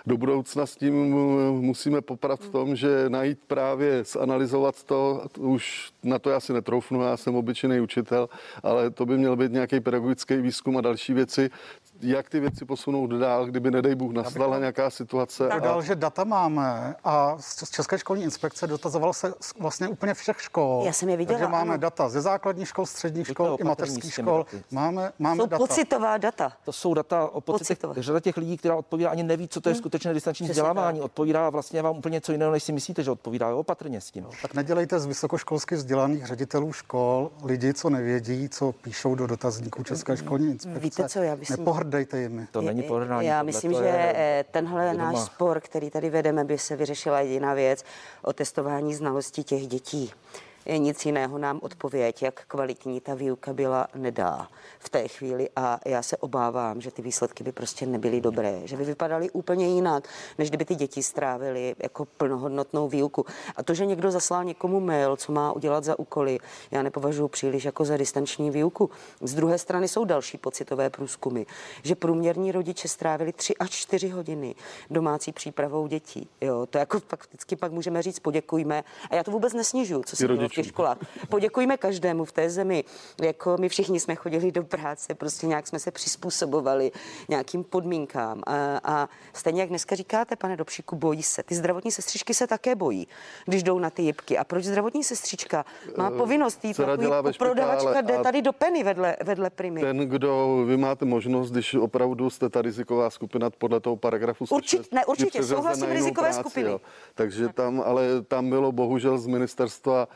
do budoucna s tím musíme poprat v tom, že najít právě, zanalizovat to, už na to já si netroufnu, já jsem obyčejný učitel, ale to by měl být nějaký pedagogický výzkum a další věci, jak ty věci posunout dál, kdyby, nedej Bůh, nastala nějaká situace. Tak dál, že data máme a z České školní inspekce dotazoval se vlastně úplně všech škol. Já jsem je viděla. Takže máme ano. data ze základních škol, středních škol i mateřských škol. Máme, máme jsou data. pocitová data. To jsou data o pocitech. Řada těch lidí, která odpovídá, ani neví, co to je hmm. skutečné distanční vzdělávání. Odpovídá vlastně vám úplně něco jiného, než si myslíte, že odpovídá. Opatrně s tím. Tak nedělejte z vysokoškolsky vzdělaných ředitelů škol lidi, co nevědí, co píšou do dotazníků České školní inspekce. Víte co, já myslím... Nepohrdejte jimi. To není pohrdání. Já myslím, že je, tenhle náš spor, který tady vedeme, by se vyřešila jediná věc, o testování znalostí těch dětí. Nic jiného nám odpověď, jak kvalitní ta výuka byla, nedá v té chvíli a já se obávám, že ty výsledky by prostě nebyly dobré, že by vypadaly úplně jinak, než kdyby ty děti strávily jako plnohodnotnou výuku. A to, že někdo zaslal někomu mail, co má udělat za úkoly, já nepovažuji příliš jako za distanční výuku. Z druhé strany jsou další pocitové průzkumy, že průměrní rodiče strávili tři až čtyři hodiny domácí přípravou dětí. Jo, to jako fakticky pak můžeme říct poděkujme a já to vůbec nesnižuju, co se dělo v těch školách. Poděkujme každému v té zemi. Jako my všichni jsme chodili do práce, prostě nějak jsme se přizpůsobovali nějakým podmínkám. A, a stejně jak dneska říkáte, pane Dobšíku, bojí se. Ty zdravotní sestřičky se také bojí, když jdou na ty jipky. A proč zdravotní sestřička má povinnost jít na tu jipku? Prodavačka jde tady do Penny vedle, vedle Primy. Ten, kdo vy máte možnost, když opravdu jste ta riziková skupina podle toho paragrafu sto šest, Určitě, ne, určitě, souhlasím, rizikové práci, skupiny. Jo. Takže tam, ale tam bylo bohužel z ministerstva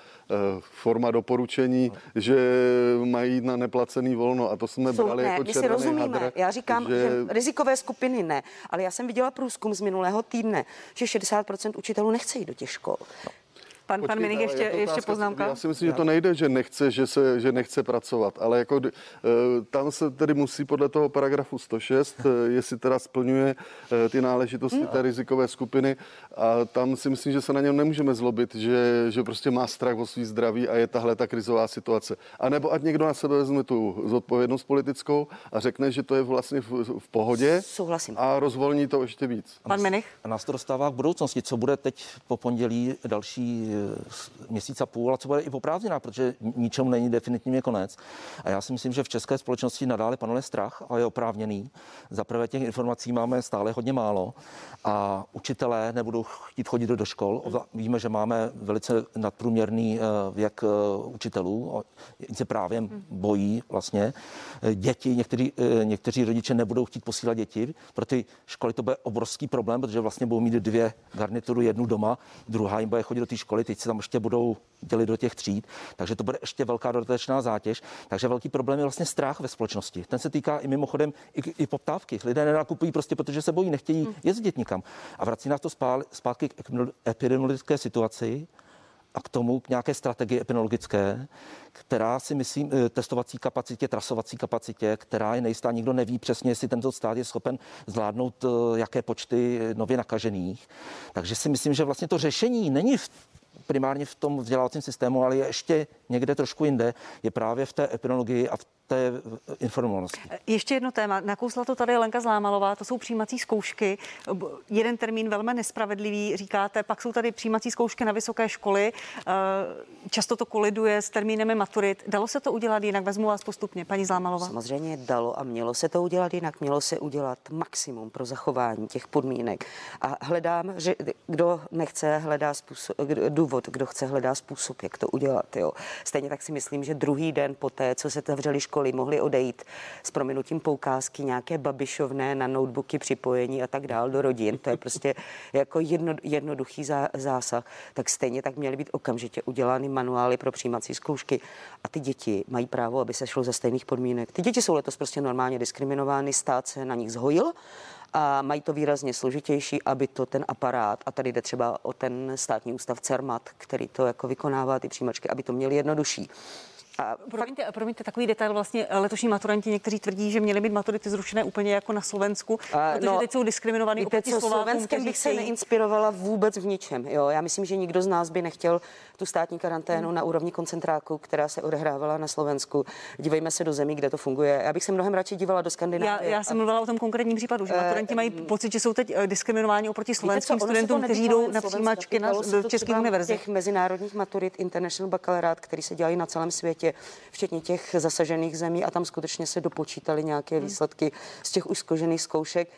forma doporučení, že mají jít na neplacený volno a to jsme Jsou, brali ne, jako my červený si rozumíme. hadr. Já říkám, že... že rizikové skupiny ne, ale já jsem viděla průzkum z minulého týdne, že šedesát procent učitelů nechce jít do těch škol. No. Pan, pan Minik, ještě, ještě poznámka. Já si myslím, že to nejde, že nechce, že, se, že nechce pracovat, ale jako tam se tedy musí podle toho paragrafu sto šest, jestli teda splňuje ty náležitosti té rizikové skupiny a tam si myslím, že se na něm nemůžeme zlobit, že, že prostě má strach o svý zdraví a je tahle ta krizová situace. A nebo ať někdo na sebe vezme tu zodpovědnost politickou a řekne, že to je vlastně v, v pohodě. Souhlasím. A rozvolní to ještě víc. Pan Minik. A nás to dostává k budoucnosti. Co bude teď po pondělí další měsíc a půl, a co bude i po prázdninách, protože ničemu není definitivně konec. A já si myslím, že v české společnosti nadále panuje strach a je oprávněný. Za prvé těch informací máme stále hodně málo a učitelé nebudou chtít chodit do škol. Víme, že máme velice nadprůměrný věk učitelů, se právě bojí vlastně. Děti, někteří, někteří rodiče nebudou chtít posílat děti, pro ty školy to bude obrovský problém, protože vlastně budou mít dvě garnitury, jednu doma, druhá jim bude chodit do té školy, teď se tam ještě budou dělit do těch tříd, takže to bude ještě velká dodatečná zátěž. Takže velký problém je vlastně strach ve společnosti. Ten se týká i mimochodem i, i poptávky. Lidé nenakupují prostě, protože se bojí, nechtějí jezdit nikam. A vrací nás to zpátky k epidemiologické situaci a k tomu, k nějaké strategii epidemiologické, která si myslím, testovací kapacitě, trasovací kapacitě, která je nejistá. Nikdo neví přesně, jestli tento stát je schopen zvládnout jaké počty nově nakažených. Takže si myslím, že vlastně to řešení není v primárně v tom vzdělávacím systému, ale je ještě někde trošku jinde, je právě v té epidemiologii a v té informovanosti. Ještě jedno téma. Nakousla to tady Lenka Zlámalová, to jsou přijímací zkoušky. Jeden termín velmi nespravedlivý, říkáte, pak jsou tady přijímací zkoušky na vysoké školy. Často to koliduje s termínem maturit. Dalo se to udělat jinak? Vezmu vás postupně, paní Zlámalová. Samozřejmě dalo a mělo se to udělat jinak. Mělo se udělat maximum pro zachování těch podmínek. A hledám, že kdo nechce, hledá způsob, důvod, kdo chce, hledá způsob, jak to udělat. Jo. Stejně tak si myslím, že druhý den poté, co se zavřeli školy, mohli odejít s prominutím poukázky nějaké babišovné na notebooky, připojení a tak dál do rodin. To je prostě jako jedno, jednoduchý zá, zásah. Tak stejně tak měly být okamžitě udělány manuály pro přijímací zkoušky. A ty děti mají právo, aby se šlo za stejných podmínek. Ty děti jsou letos prostě normálně diskriminovány, stát se na nich zhojil a mají to výrazně složitější, aby to ten aparát, a tady jde třeba o ten státní ústav Cermat, který to jako vykonává ty přijímačky, aby to měli jednodušší. A promiňte, fakt... promiňte, takový detail vlastně letošní maturanti někteří tvrdí, že měly být maturity zrušené úplně jako na Slovensku, a, protože no, teď jsou diskriminovaný oproti Slovákům. Slovenskem bych se neinspirovala vůbec v ničem. Jo? Já myslím, že nikdo z nás by nechtěl tu státní karanténu hmm. na úrovni koncentráku, která se odehrávala na Slovensku. Dívejme se do zemí, kde to funguje. Já bych se mnohem radši dívala do Skandinávie. Já, já jsem mluvila o tom konkrétním případu, že maturanti mají pocit, že jsou teď diskriminováni oproti slovenským studentům, kteří jdou na přijímačky na českých univerzit. Těch mezinárodních maturit International Baccalaureate, který se dělají na celém světě, včetně těch zasažených zemí, a tam skutečně se dopočítali nějaké výsledky z těch už zkoušených zkoušek.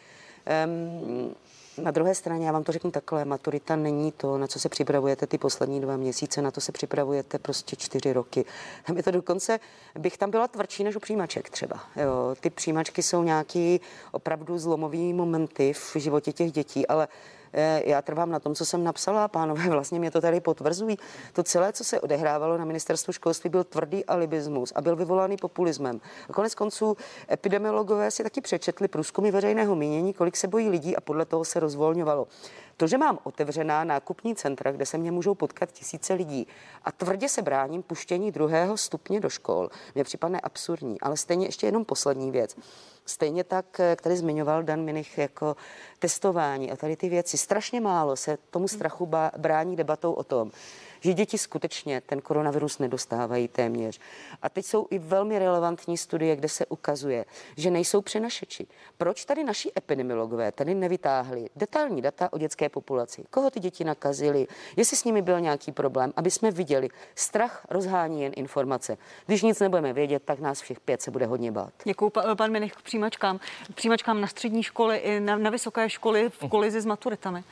Um, na druhé straně, já vám to řeknu takhle, maturita není to, na co se připravujete ty poslední dva měsíce, na to se připravujete prostě čtyři roky. Tam je to dokonce, bych tam byla tvrdší než u přijímaček třeba. Jo, ty přijímačky jsou nějaký opravdu zlomový momenty v životě těch dětí, ale já trvám na tom, co jsem napsala, pánové vlastně mě to tady potvrzují. To celé, co se odehrávalo na ministerstvu školství, byl tvrdý alibismus a byl vyvolaný populismem. A konec konců epidemiologové si taky přečetli průzkumy veřejného mínění, kolik se bojí lidí, a podle toho se rozvolňovalo. To, že mám otevřená nákupní centra, kde se mě můžou potkat tisíce lidí, a tvrdě se bráním puštění druhého stupně do škol, mě připadne absurdní. Ale stejně ještě jenom poslední věc. Stejně tak, jak tady zmiňoval Dan Minich, jako testování a tady ty věci. Strašně málo se tomu strachu brání debatou o tom, že děti skutečně ten koronavirus nedostávají téměř. A teď jsou i velmi relevantní studie, kde se ukazuje, že nejsou přenašeči. Proč tady naši epidemiologové tady nevytáhli detailní data o dětské populaci? Koho ty děti nakazili? Jestli s nimi byl nějaký problém, aby jsme viděli. Strach rozhání jen informace. Když nic nebudeme vědět, tak nás všech pět se bude hodně bát. Děkuju, pan Minich, k přijímačkám. Přijímačkám na střední školy i na, na vysoké školy v kolizi s maturitami.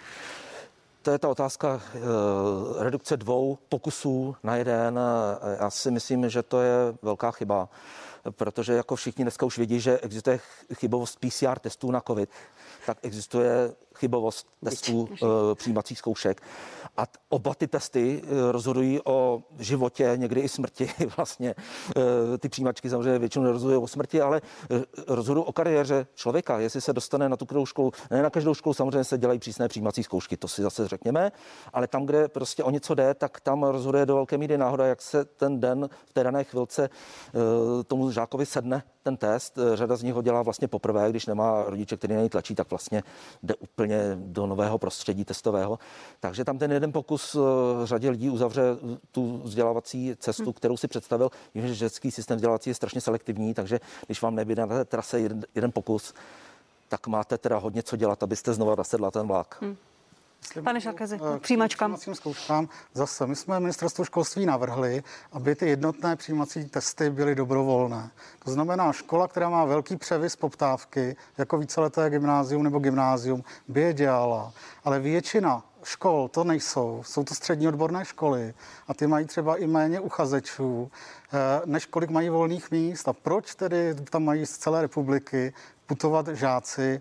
To je ta otázka e, redukce dvou pokusů na jeden. Já si myslím, že to je velká chyba, protože jako všichni dneska už vědí, že existuje chybovost P C R testů na COVID, tak existuje chybovost testů e, přijímacích zkoušek. A t- oba ty testy e, rozhodují o životě, někdy i smrti vlastně. E, ty přijímačky samozřejmě většinou nerozhodují o smrti, ale e, rozhodují o kariéře člověka, jestli se dostane na tu kterou školu. Ne na každou školu samozřejmě se dělají přísné přijímací zkoušky, to si zase řekněme, ale tam, kde prostě o něco jde, tak tam rozhoduje do velké míry náhoda, jak se ten den v té dané chvilce e, tomu žákovi sedne ten test. Řada z nich ho dělá vlastně poprvé, když nemá rodiče, který na něj tlačí, tak vlastně jde úplně do nového prostředí testového. Takže tam ten jeden pokus řadě lidí uzavře tu vzdělávací cestu, kterou si představil. Vím, že řecký systém vzdělávací je strašně selektivní, takže když vám nebyde na té trase jeden, jeden pokus, tak máte teda hodně co dělat, abyste znova nasedla ten vlak. Hmm. Pane Šarkezi, přijímačkám. Zkouškám. Zase, my jsme ministerstvo školství navrhli, aby ty jednotné přijímací testy byly dobrovolné. To znamená, škola, která má velký převis poptávky, jako víceleté gymnázium nebo gymnázium, by je dělala. Ale většina škol to nejsou. Jsou to střední odborné školy a ty mají třeba i méně uchazečů, než kolik mají volných míst. A proč tedy tam mají z celé republiky putovat žáci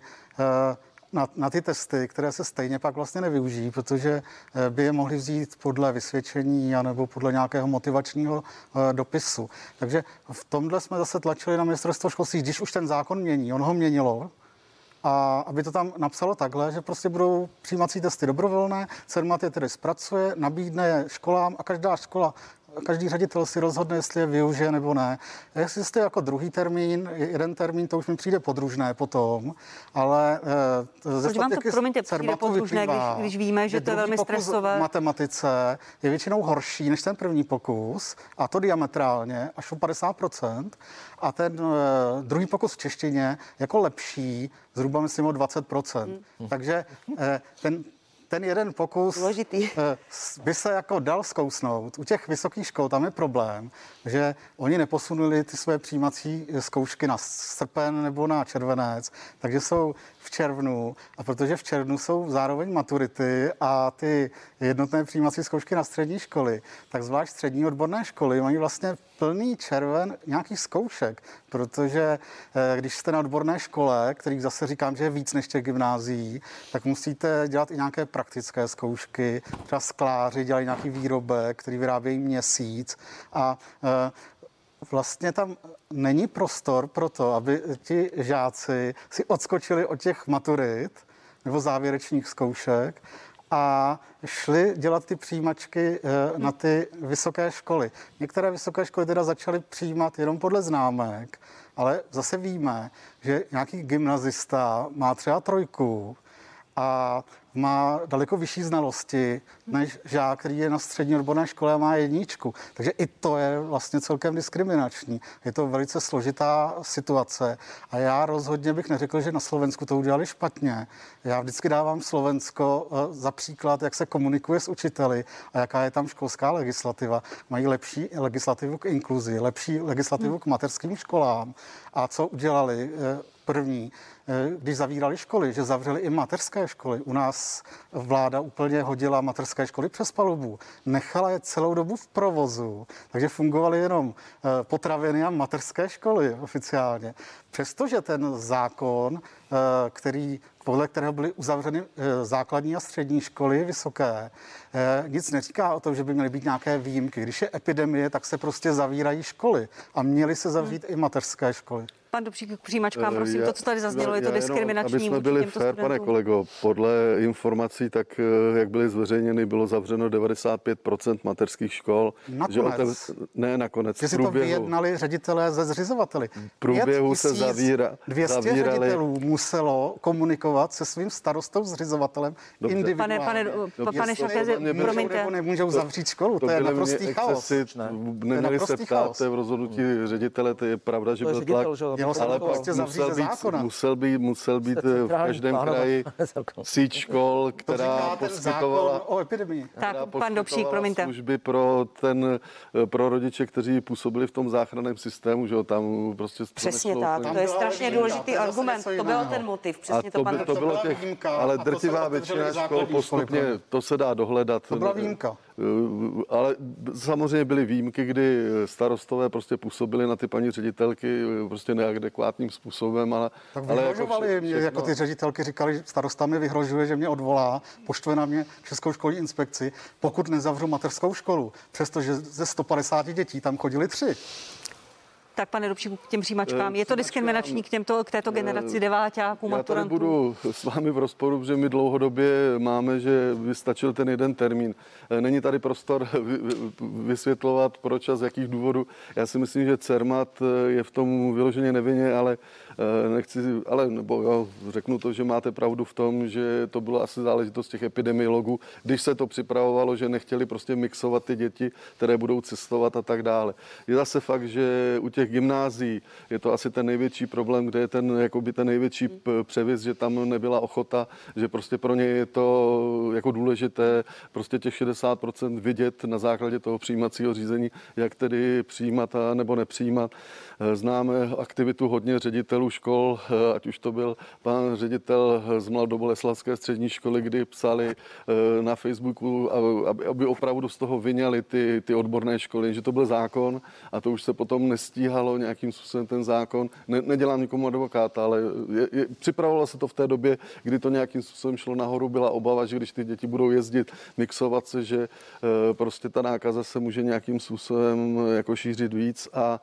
Na, na ty testy, které se stejně pak vlastně nevyužijí, protože by je mohli vzít podle vysvědčení anebo podle nějakého motivačního uh, dopisu. Takže v tomhle jsme zase tlačili na ministerstvo školství, když už ten zákon mění, on ho měnilo, a aby to tam napsalo takhle, že prostě budou přijímací testy dobrovolné, Cermat je tedy zpracuje, nabídne je školám a každá škola, každý ředitel si rozhodne, jestli je využije nebo ne. Jestli jste jako druhý termín, jeden termín, to už mi přijde podružné potom, ale e, ze statistiky Cermatu vyplývá, když, když víme, že to je velmi stresové. V matematice je většinou horší než ten první pokus, a to diametrálně, až o padesát procent, a ten e, druhý pokus v češtině jako lepší, zhruba myslím o dvacet procent. Hmm. Takže e, ten Ten jeden pokus Důležitý. by se jako dal zkousnout. U těch vysokých škol tam je problém, že oni neposunuli ty své přijímací zkoušky na srpen nebo na červenec, takže jsou v červnu, a protože v červnu jsou zároveň maturity a ty jednotné přijímací zkoušky na střední školy, tak zvlášť střední odborné školy mají vlastně plný červen nějakých zkoušek, protože když jste na odborné škole, kterých zase říkám, že je víc než těch gymnázií, tak musíte dělat i nějaké praktické zkoušky. Třeba skláři dělají nějaký výrobek, který vyrábějí měsíc, a vlastně tam není prostor pro to, aby ti žáci si odskočili od těch maturit nebo závěrečných zkoušek a šli dělat ty přijímačky na ty vysoké školy. Některé vysoké školy teda začaly přijímat jenom podle známek, ale zase víme, že nějaký gymnazista má třeba trojku a má daleko vyšší znalosti než žák, který je na střední odborné škole a má jedničku. Takže i to je vlastně celkem diskriminační. Je to velice složitá situace a já rozhodně bych neřekl, že na Slovensku to udělali špatně. Já vždycky dávám Slovensko za příklad, jak se komunikuje s učiteli a jaká je tam školská legislativa. Mají lepší legislativu k inkluzi, lepší legislativu k mateřským školám. A co udělali? První, když zavírali školy, že zavřeli i mateřské školy. U nás vláda úplně hodila mateřské školy přes palubu. Nechala je celou dobu v provozu, takže fungovaly jenom potraviny a mateřské školy oficiálně. Přestože ten zákon, který, podle kterého byly uzavřeny základní a střední školy vysoké, nic neříká o tom, že by měly být nějaké výjimky. Když je epidemie, tak se prostě zavírají školy a měly se zavřít hmm. i mateřské školy. Pan Dobřík k přijímačkám, prosím, to, co tady zaznělo, je to diskriminační. Aby jsme byli fér, pane kolego, podle informací, tak jak byly zveřejněny, bylo zavřeno devadesát pět procent mateřských škol. Nakonec. Že otev... Ne, nakonec. Že si to vyjednali ředitelé ze zřizovateli. V průběhu se zavíra, dvě stě zavírali. ředitelů muselo komunikovat se svým starostou zřizovatelem individuálně. Pane, pane, pane Šakézi, promiňte. Nebo nemůžou zavřít školu, to, to je naprostý chaos. Neměli se ptát, to je v rozhodnutí ředitele, to je pravda, že byl tlak. Ale prostě musel být, musel být, musel být v každém kraji síť škol, která poskytovala, o epidemii. Tak, pan Dobřík, promiňte. Služby pro, ten, pro rodiče, kteří působili v tom záchranném systému, že jo, tam prostě... Přesně tak, to je strašně důležitý argument, to byl ten motiv, přesně to, to pan by, to bylo těch, ale drtivá většina škol postupně, to se dá dohledat. To byla výjimka. Ale samozřejmě byly výjimky, kdy starostové prostě působili na ty paní ředitelky prostě neadekvátním způsobem, ale... Tak vyhrožovali jako, mě, jako ty ředitelky říkali, starosta mi vyhrožuje, že mě odvolá, poštve na mě Českou školní inspekci, pokud nezavřu mateřskou školu, přestože ze sto padesáti dětí tam chodili tři. Tak, pane Dobříku, k těm přijímačkám. Je to diskriminační k, těmto, k této generaci deváťáků, maturantů? Já tady budu s vámi v rozporu, protože my dlouhodobě máme, že by stačil ten jeden termín. Není tady prostor vysvětlovat, proč a z jakých důvodů. Já si myslím, že Cermat je v tom vyloženě nevinně, ale nechci, ale nebo jo, řeknu to, že máte pravdu v tom, že to bylo asi záležitost těch epidemiologů, když se to připravovalo, že nechtěli prostě mixovat ty děti, které budou cestovat a tak dále. Je zase fakt, že u těch gymnázií je to asi ten největší problém, kde je ten, jakoby ten největší převis, že tam nebyla ochota, že prostě pro ně je to jako důležité prostě těch šedesát procent vidět na základě toho přijímacího řízení, jak tedy přijímat a nebo nepřijímat. Známe aktivitu hodně ředitelů škol, ať už to byl pan ředitel z Mladoboleslavské střední školy, kdy psali na Facebooku, aby opravdu z toho vyňali ty, ty odborné školy, že to byl zákon a to už se potom nestíhalo nějakým způsobem ten zákon. Ne, nedělám nikomu advokáta, ale je, je, připravovalo se to v té době, kdy to nějakým způsobem šlo nahoru, byla obava, že když ty děti budou jezdit, mixovat se, že e, prostě ta nákaza se může nějakým způsobem jako šířit víc a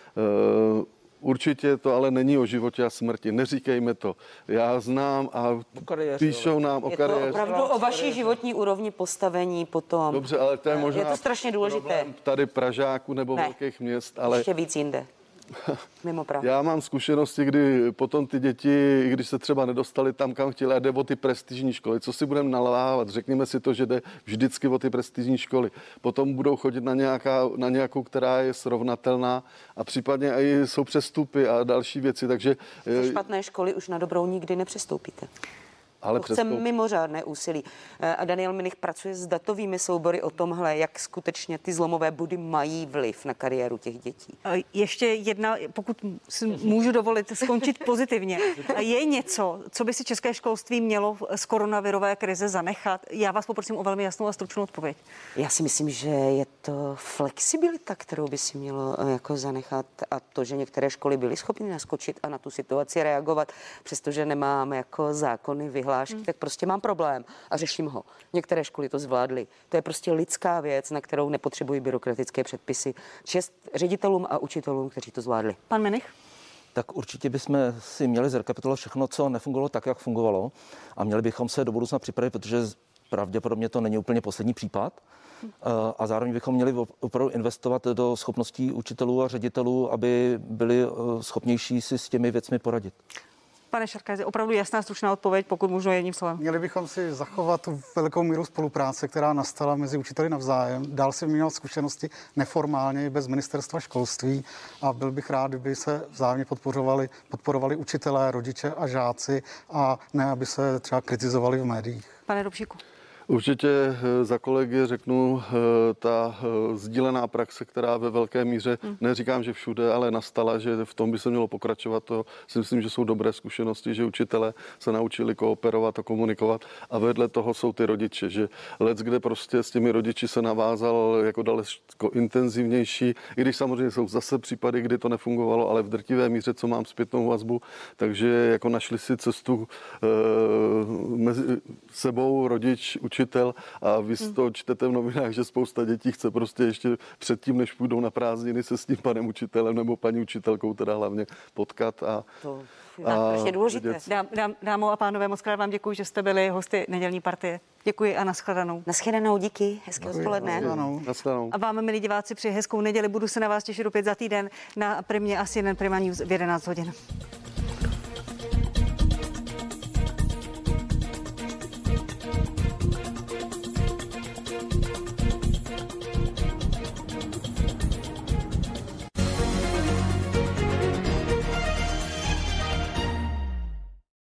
e, určitě to ale není o životě a smrti. Neříkejme to. Já znám a píšou nám o kariéře. Je to opravdu o vaší životní úrovni postavení potom. Dobře, ale to je možná je to strašně důležité. Tady Pražáků nebo ne. velkých měst, ale... Ještě víc jinde. Mimo Prahu. Já mám zkušenosti, kdy potom ty děti, když se třeba nedostali tam, kam chtěli, a jde o ty prestižní školy. Co si budeme nalávat? Řekněme si to, že jde vždycky o ty prestižní školy. Potom budou chodit na, nějaká, na nějakou, která je srovnatelná a případně i jsou přestupy a další věci. Takže ze špatné školy už na dobrou nikdy nepřestoupíte. Ale to chce mimořádné úsilí. A Daniel Münych pracuje s datovými soubory o tomhle, jak skutečně ty zlomové body mají vliv na kariéru těch dětí. Ještě jedna, pokud si můžu dovolit skončit pozitivně. Je něco, co by si české školství mělo z koronavirové krize zanechat? Já vás poprosím o velmi jasnou a stručnou odpověď. Já si myslím, že je to flexibilita, kterou by si mělo jako zanechat, a to, že některé školy byly schopny naskočit a na tu situaci reagovat, přestože nemáme jako zákony vyhlášky, Hmm. tak prostě mám problém a řeším ho. Některé školy to zvládly. To je prostě lidská věc, na kterou nepotřebují byrokratické předpisy. Čest ředitelům a učitelům, kteří to zvládli. Pan Münych? Tak určitě bychom si měli zrekapitulovat všechno, co nefungovalo tak, jak fungovalo, a měli bychom se do budoucna připravit, protože pravděpodobně to není úplně poslední případ. A zároveň bychom měli opravdu investovat do schopností učitelů a ředitelů, aby byli schopnější si s těmi věcmi poradit. Pane Šarkajzi, opravdu jasná, stručná odpověď, pokud možno jedním slovem. Měli bychom si zachovat tu velikou míru spolupráce, která nastala mezi učiteli navzájem. Dál si vyměňovat zkušenosti neformálně bez ministerstva školství a byl bych rád, kdyby se vzájemně podporovali, podporovali učitelé, rodiče a žáci a ne, aby se třeba kritizovali v médiích. Pane Dobšíku. Určitě za kolegy řeknu, ta sdílená praxe, která ve velké míře, neříkám, že všude, ale nastala, že v tom by se mělo pokračovat. To si myslím, že jsou dobré zkušenosti, že učitelé se naučili kooperovat a komunikovat a vedle toho jsou ty rodiče, že lec, kde prostě s těmi rodiči se navázal jako daleko intenzivnější, i když samozřejmě jsou zase případy, kdy to nefungovalo, ale v drtivé míře, co mám zpětnou vazbu, takže jako našli si cestu e, mezi sebou rodič, učitel a vy to čtete v novinách, že spousta dětí chce prostě ještě předtím, než půjdou na prázdniny, se s tím panem učitelem nebo paní učitelkou teda hlavně potkat. A, to a je důležité. Dám, dám, dámo a pánové, moc krát vám děkuji, že jste byli hosty nedělní partie. Děkuji a nashledanou. Nashledanou, díky, hezké odpoledne. Nashledanou. A vám, milí diváci, přeji hezkou neděli. Budu se na vás těšit opět za týden na Primě a C N N Prima News v jedenáct hodin.